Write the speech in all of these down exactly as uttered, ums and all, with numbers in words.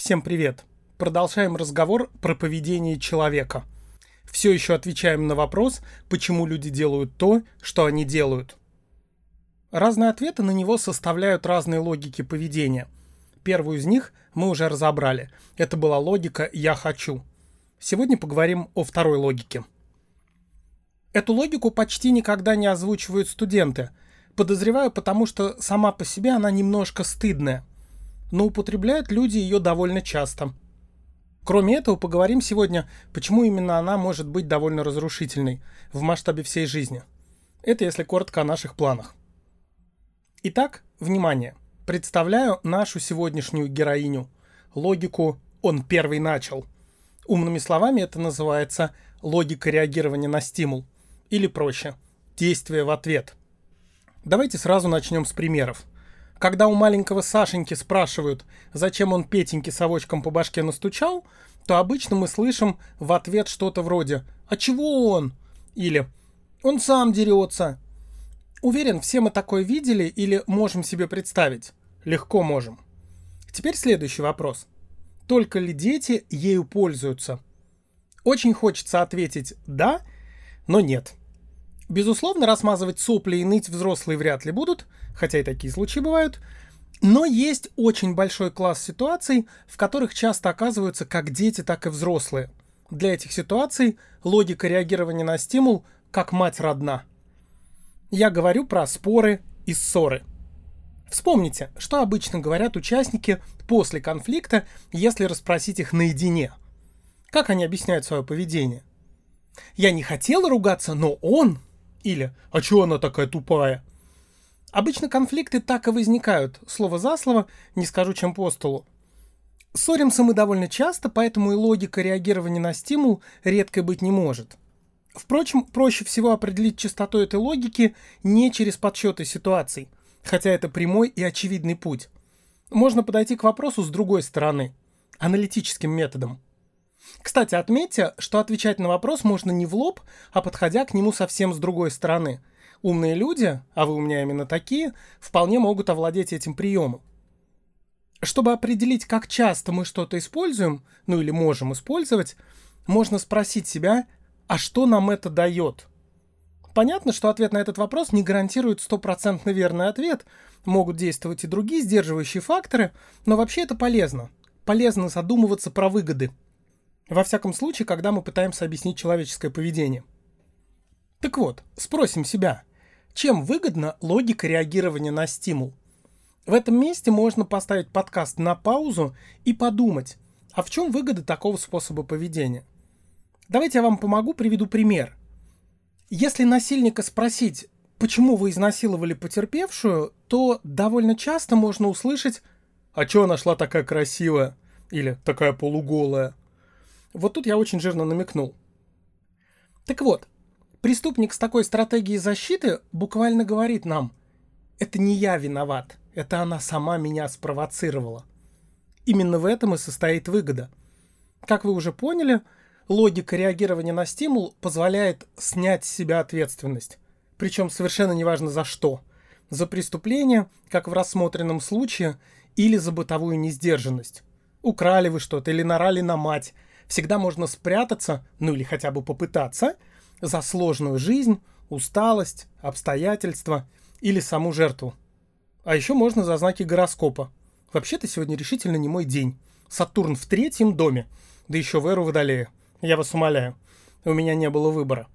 Всем привет! Продолжаем разговор про поведение человека. Все еще отвечаем на вопрос, почему люди делают то, что они делают. Разные ответы на него составляют разные логики поведения. Первую из них мы уже разобрали. Это была логика «я хочу». Сегодня поговорим о второй логике. Эту логику почти никогда не озвучивают студенты. Подозреваю, потому что сама по себе она немножко стыдная. Но употребляют люди ее довольно часто. Кроме этого, поговорим сегодня, почему именно она может быть довольно разрушительной в масштабе всей жизни. Это если коротко о наших планах. Итак, внимание. Представляю нашу сегодняшнюю героиню. Логику «он первый начал». Умными словами это называется логика реагирования на стимул. Или проще – действие в ответ. Давайте сразу начнем с примеров. Когда у маленького Сашеньки спрашивают, зачем он Петеньке совочком по башке настучал, то обычно мы слышим в ответ что-то вроде «А чего он?» или «Он сам дерется». Уверен, все мы такое видели или можем себе представить. Легко можем. Теперь следующий вопрос. Только ли дети ею пользуются? Очень хочется ответить «да», но нет. Безусловно, размазывать сопли и ныть взрослые вряд ли будут, хотя и такие случаи бывают, но есть очень большой класс ситуаций, в которых часто оказываются как дети, так и взрослые. Для этих ситуаций логика реагирования на стимул как мать родна. Я говорю про споры и ссоры. Вспомните, что обычно говорят участники после конфликта, если расспросить их наедине. Как они объясняют свое поведение? «Я не хотела ругаться, но он...» Или «А чё она такая тупая?» Обычно конфликты так и возникают, слово за слово, не скажу чем по столу. Ссоримся мы довольно часто, поэтому и логика реагирования на стимул редко быть не может. Впрочем, проще всего определить частоту этой логики не через подсчеты ситуаций, хотя это прямой и очевидный путь. Можно подойти к вопросу с другой стороны, аналитическим методом. Кстати, отметьте, что отвечать на вопрос можно не в лоб, а подходя к нему совсем с другой стороны. Умные люди, а вы у меня именно такие, вполне могут овладеть этим приемом. Чтобы определить, как часто мы что-то используем, ну или можем использовать, можно спросить себя, а что нам это дает? Понятно, что ответ на этот вопрос не гарантирует стопроцентно верный ответ, могут действовать и другие сдерживающие факторы, но вообще это полезно. Полезно задумываться про выгоды. Во всяком случае, когда мы пытаемся объяснить человеческое поведение. Так вот, спросим себя, чем выгодна логика реагирования на стимул? В этом месте можно поставить подкаст на паузу и подумать, а в чем выгода такого способа поведения? Давайте я вам помогу, приведу пример. Если насильника спросить, почему вы изнасиловали потерпевшую, то довольно часто можно услышать «А чё она шла такая красивая?» или «такая полуголая?» Вот тут я очень жирно намекнул. Так вот, преступник с такой стратегией защиты буквально говорит нам: это не я виноват, это она сама меня спровоцировала. Именно в этом и состоит выгода. Как вы уже поняли, логика реагирования на стимул позволяет снять с себя ответственность. Причем совершенно неважно за что. За преступление, как в рассмотренном случае, или за бытовую несдержанность. Украли вы что-то или нарали на мать. Всегда можно спрятаться, ну или хотя бы попытаться, за сложную жизнь, усталость, обстоятельства или саму жертву. А еще можно за знаки гороскопа. Вообще-то сегодня решительно не мой день. Сатурн в третьем доме, да еще в эру Водолея. Я вас умоляю, у меня не было выбора.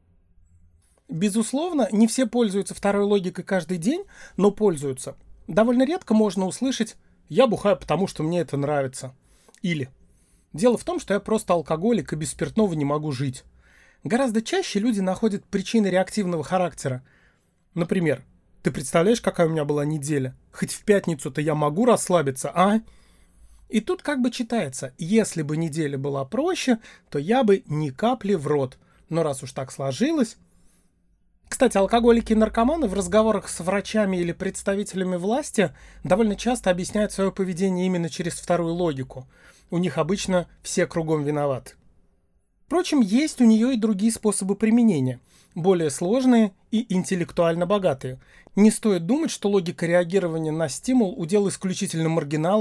Безусловно, не все пользуются второй логикой каждый день, но пользуются. Довольно редко можно услышать «я бухаю, потому что мне это нравится». Или «дело в том, что я просто алкоголик и без спиртного не могу жить». Гораздо чаще люди находят причины реактивного характера. Например, «ты представляешь, какая у меня была неделя? Хоть в пятницу-то я могу расслабиться, а?» И тут как бы читается: если бы неделя была проще, то я бы ни капли в рот. Но раз уж так сложилось... Кстати, алкоголики и наркоманы в разговорах с врачами или представителями власти довольно часто объясняют свое поведение именно через вторую логику. У них обычно все кругом виноваты. Впрочем, есть у нее и другие способы применения, более сложные и интеллектуально богатые. Не стоит думать, что логика реагирования на стимул – удел исключительно маргиналов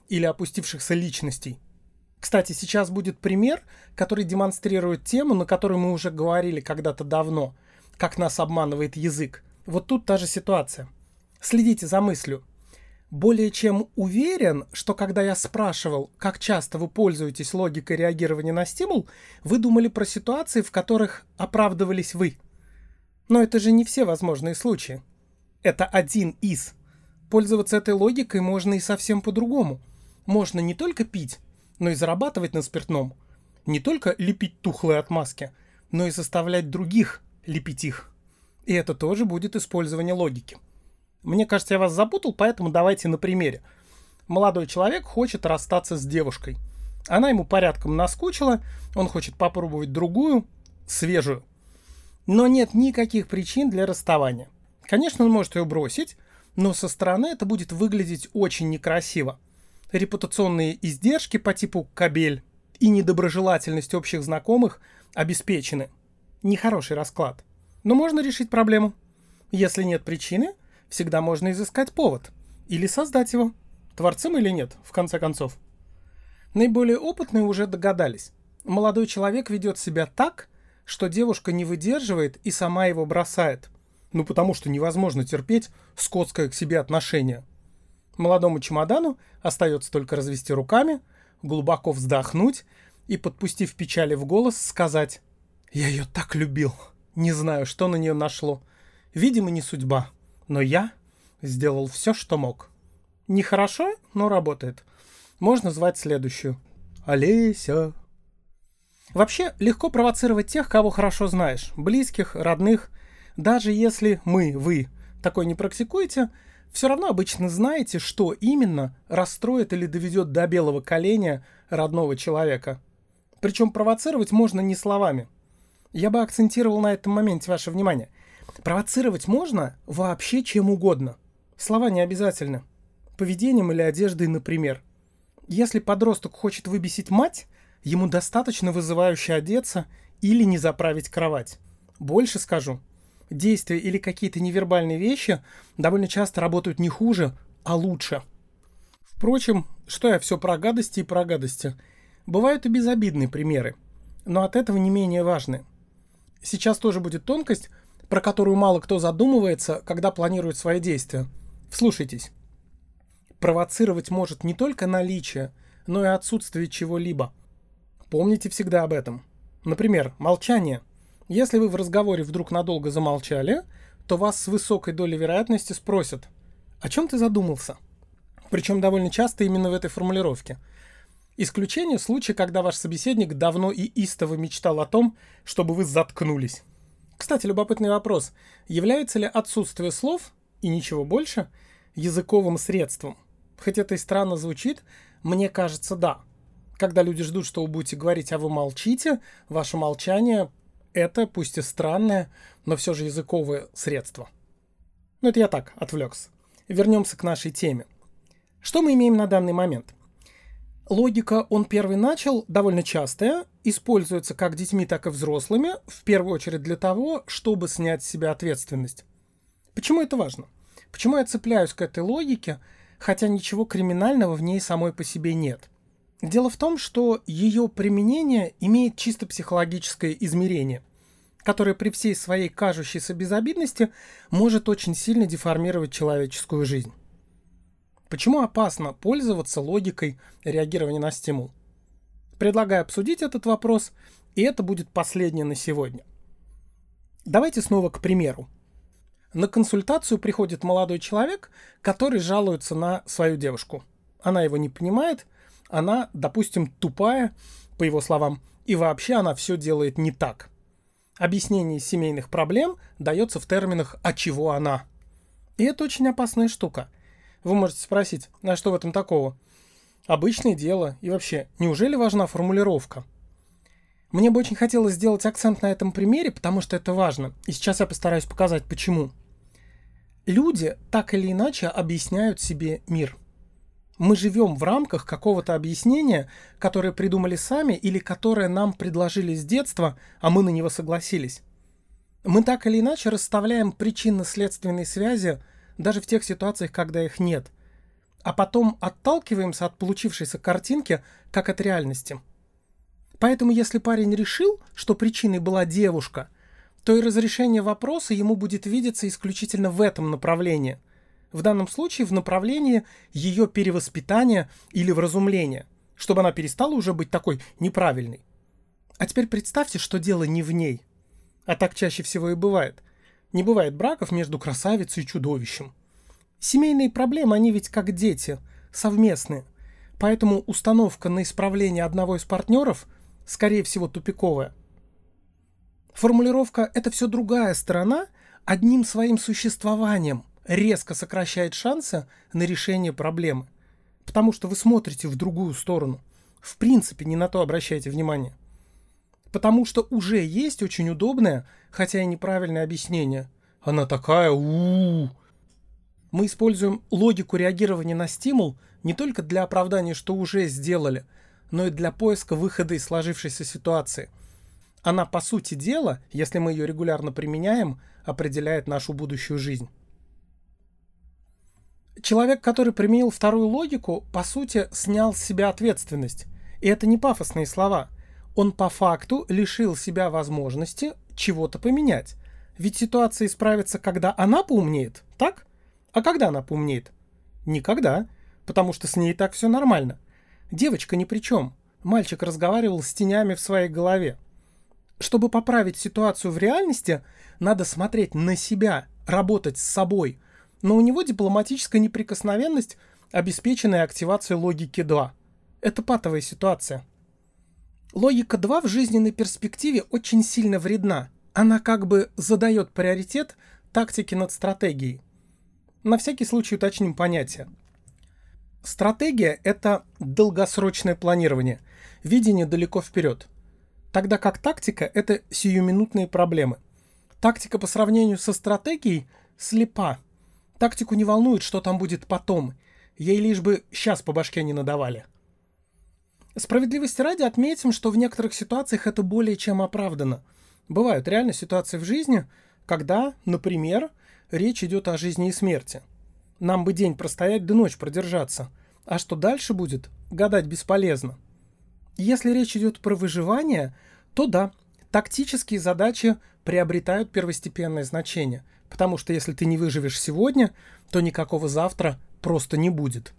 или опустившихся личностей. Кстати, сейчас будет пример, который демонстрирует тему, на которой мы уже говорили когда-то давно, как нас обманывает язык. Вот тут та же ситуация. Следите за мыслью. Более чем уверен, что когда я спрашивал, как часто вы пользуетесь логикой реагирования на стимул, вы думали про ситуации, в которых оправдывались вы. Но это же не все возможные случаи. Это один из. Пользоваться этой логикой можно и совсем по-другому. Можно не только пить, но и зарабатывать на спиртном. Не только лепить тухлые отмазки, но и заставлять других лепить их. И это тоже будет использование логики. Мне кажется, я вас запутал, поэтому давайте на примере. Молодой человек хочет расстаться с девушкой. Она ему порядком наскучила, он хочет попробовать другую, свежую. Но нет никаких причин для расставания. Конечно, он может ее бросить, но со стороны это будет выглядеть очень некрасиво. Репутационные издержки по типу «кабель» и недоброжелательность общих знакомых обеспечены. Нехороший расклад. Но можно решить проблему. Если нет причины, всегда можно изыскать повод. Или создать его. Творцом или нет, в конце концов. Наиболее опытные уже догадались. Молодой человек ведет себя так, что девушка не выдерживает и сама его бросает. Ну потому что невозможно терпеть скотское к себе отношение. Молодому чемодану остается только развести руками, глубоко вздохнуть и, подпустив печали в голос, сказать: «Я ее так любил, не знаю, что на нее нашло. Видимо, не судьба, но я сделал все, что мог». Нехорошо, но работает. Можно звать следующую. Олеся. Вообще, легко провоцировать тех, кого хорошо знаешь. Близких, родных. Даже если мы, вы, такое не практикуете, все равно обычно знаете, что именно расстроит или доведет до белого коленя родного человека. Причем провоцировать можно не словами. Я бы акцентировал на этом моменте ваше внимание. Провоцировать можно вообще чем угодно. Слова не обязательны. Поведением или одеждой, например. Если подросток хочет выбесить мать, ему достаточно вызывающе одеться или не заправить кровать. Больше скажу. Действия или какие-то невербальные вещи довольно часто работают не хуже, а лучше. Впрочем, что я все про гадости и про гадости. Бывают и безобидные примеры, но от этого не менее важны. Сейчас тоже будет тонкость, про которую мало кто задумывается, когда планирует свои действия. Вслушайтесь. Провоцировать может не только наличие, но и отсутствие чего-либо. Помните всегда об этом. Например, молчание. Если вы в разговоре вдруг надолго замолчали, то вас с высокой долей вероятности спросят: «О чем ты задумался?» Причем довольно часто именно в этой формулировке. Исключение — случай, когда ваш собеседник давно и истово мечтал о том, чтобы вы заткнулись. Кстати, любопытный вопрос. Является ли отсутствие слов, и ничего больше, языковым средством? Хоть это и странно звучит, мне кажется, да. Когда люди ждут, что вы будете говорить, а вы молчите, ваше молчание — это, пусть и странное, но все же языковое средство. Ну это я так, отвлекся. Вернемся к нашей теме. Что мы имеем на данный момент? Логика «он первый начал» довольно частая, используется как детьми, так и взрослыми, в первую очередь для того, чтобы снять с себя ответственность. Почему это важно? Почему я цепляюсь к этой логике, хотя ничего криминального в ней самой по себе нет? Дело в том, что ее применение имеет чисто психологическое измерение, которое при всей своей кажущейся безобидности может очень сильно деформировать человеческую жизнь. Почему опасно пользоваться логикой реагирования на стимул? Предлагаю обсудить этот вопрос, и это будет последнее на сегодня. Давайте снова к примеру. На консультацию приходит молодой человек, который жалуется на свою девушку. Она его не понимает, она, допустим, тупая, по его словам, и вообще она все делает не так. Объяснение семейных проблем дается в терминах «а чего она?». И это очень опасная штука. Вы можете спросить, а что в этом такого? Обычное дело. И вообще, неужели важна формулировка? Мне бы очень хотелось сделать акцент на этом примере, потому что это важно. И сейчас я постараюсь показать, почему. Люди так или иначе объясняют себе мир. Мы живем в рамках какого-то объяснения, которое придумали сами или которое нам предложили с детства, а мы на него согласились. Мы так или иначе расставляем причинно-следственные связи даже в тех ситуациях, когда их нет. а потом отталкиваемся от получившейся картинки, как от реальности. Поэтому если парень решил, что причиной была девушка, то и разрешение вопроса ему будет видеться исключительно в этом направлении. В данном случае в направлении ее перевоспитания или вразумления, чтобы она перестала уже быть такой неправильной. А теперь представьте, что дело не в ней. А так чаще всего и бывает. Не бывает браков между красавицей и чудовищем. Семейные проблемы, они ведь как дети, совместные. Поэтому установка на исправление одного из партнеров, скорее всего, тупиковая. Формулировка «это все другая сторона» одним своим существованием резко сокращает шансы на решение проблемы. Потому что вы смотрите в другую сторону. В принципе, не на то обращаете внимание. Потому что уже есть очень удобное, хотя и неправильное объяснение. Она такая у-у-у. Мы используем логику реагирования на стимул не только для оправдания, что уже сделали, но и для поиска выхода из сложившейся ситуации. Она, по сути дела, если мы ее регулярно применяем, определяет нашу будущую жизнь. Человек, который применил вторую логику, по сути, снял с себя ответственность. И это не пафосные слова. Он по факту лишил себя возможности чего-то поменять. Ведь ситуация исправится, когда она поумнеет, так? А когда она поумнеет? Никогда, потому что с ней и так все нормально. Девочка ни при чем. Мальчик разговаривал с тенями в своей голове. Чтобы поправить ситуацию в реальности, надо смотреть на себя, работать с собой. Но у него дипломатическая неприкосновенность, обеспеченная активацией логики два. Это патовая ситуация. Логика два в жизненной перспективе очень сильно вредна. Она как бы задает приоритет тактике над стратегией. На всякий случай уточним понятие. Стратегия – это долгосрочное планирование, видение далеко вперед. Тогда как тактика – это сиюминутные проблемы. Тактика по сравнению со стратегией слепа. Тактику не волнует, что там будет потом. Ей лишь бы сейчас по башке не надавали. Справедливости ради отметим, что в некоторых ситуациях это более чем оправдано. Бывают реально ситуации в жизни, когда, например, речь идет о жизни и смерти. Нам бы день простоять, да ночь продержаться. А что дальше будет, гадать бесполезно. Если речь идет про выживание, то да, тактические задачи приобретают первостепенное значение. Потому что если ты не выживешь сегодня, то никакого завтра просто не будет.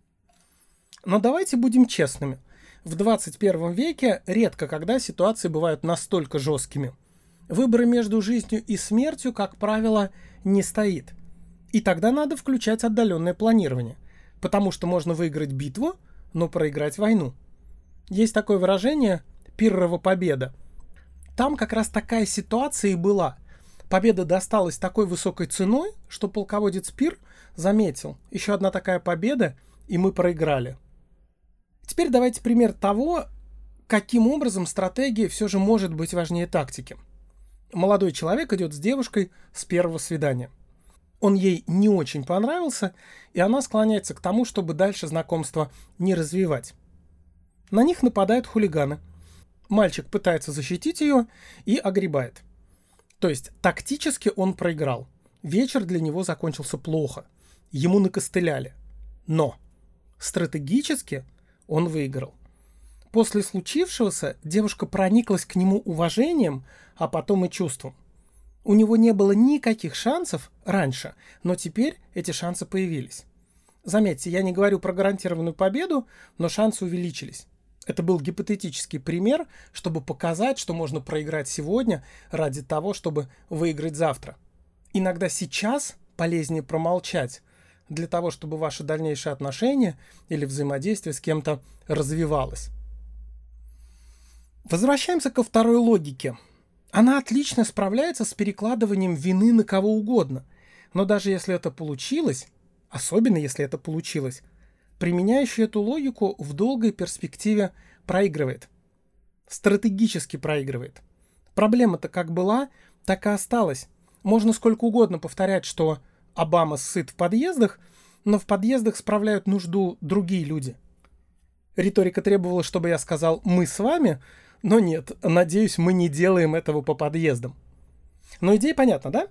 Но давайте будем честными. В двадцать первом веке редко когда ситуации бывают настолько жесткими. Выбора между жизнью и смертью, как правило, не стоит. И тогда надо включать отдаленное планирование. Потому что можно выиграть битву, но проиграть войну. Есть такое выражение «пиррова победа». Там как раз такая ситуация и была. Победа досталась такой высокой ценой, что полководец Пир заметил: еще одна такая победа, и мы проиграли. Теперь давайте пример того, каким образом стратегия все же может быть важнее тактики. Молодой человек идет с девушкой с первого свидания. Он ей не очень понравился, и она склоняется к тому, чтобы дальше знакомство не развивать. На них нападают хулиганы. Мальчик пытается защитить ее и огребает. То есть тактически он проиграл. Вечер для него закончился плохо. Ему накостыляли. Но стратегически он выиграл. После случившегося девушка прониклась к нему уважением, а потом и чувством. У него не было никаких шансов раньше, но теперь эти шансы появились. Заметьте, я не говорю про гарантированную победу, но шансы увеличились. Это был гипотетический пример, чтобы показать, что можно проиграть сегодня ради того, чтобы выиграть завтра. Иногда сейчас полезнее промолчать, для того, чтобы ваши дальнейшие отношения или взаимодействие с кем-то развивалось. Возвращаемся ко второй логике. Она отлично справляется с перекладыванием вины на кого угодно. Но даже если это получилось, особенно если это получилось, применяющий эту логику в долгой перспективе проигрывает. Стратегически проигрывает. Проблема-то как была, так и осталась. Можно сколько угодно повторять, что Обама сыт в подъездах, но в подъездах справляют нужду другие люди. Риторика требовала, чтобы я сказал «мы с вами», но нет, надеюсь, мы не делаем этого по подъездам. Но идея понятна, да?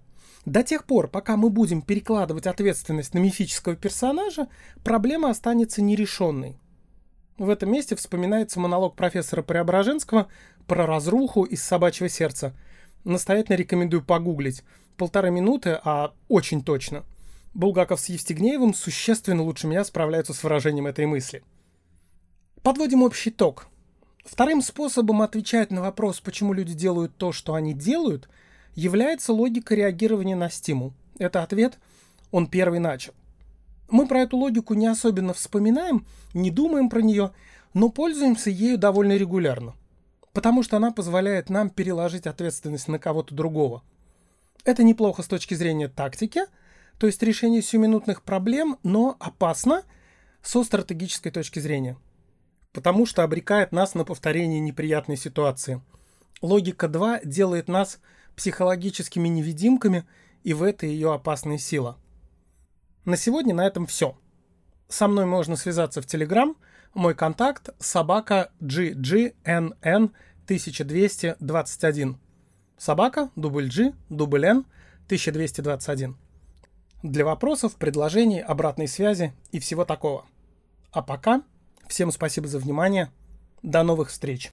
До тех пор, пока мы будем перекладывать ответственность на мифического персонажа, проблема останется нерешенной. В этом месте вспоминается монолог профессора Преображенского про разруху из «Собачьего сердца». Настоятельно рекомендую погуглить. Полторы минуты, а очень точно. Булгаков с Евстигнеевым существенно лучше меня справляются с выражением этой мысли. Подводим общий итог. Вторым способом отвечать на вопрос, почему люди делают то, что они делают, является логика реагирования на стимул. Это ответ, он первый начал. Мы про эту логику не особенно вспоминаем, не думаем про нее, но пользуемся ею довольно регулярно, потому что она позволяет нам переложить ответственность на кого-то другого. Это неплохо с точки зрения тактики, то есть решения сиюминутных проблем, но опасно со стратегической точки зрения, потому что обрекает нас на повторение неприятной ситуации. Логика два делает нас психологическими невидимками, и в этой ее опасная сила. На сегодня на этом все. Со мной можно связаться в Telegram. Мой контакт собака джи джи эн эн тысяча двести двадцать один. Собака, дубль G, дубль N, тысяча двести двадцать один. Для вопросов, предложений, обратной связи и всего такого. А пока, всем спасибо за внимание. До новых встреч.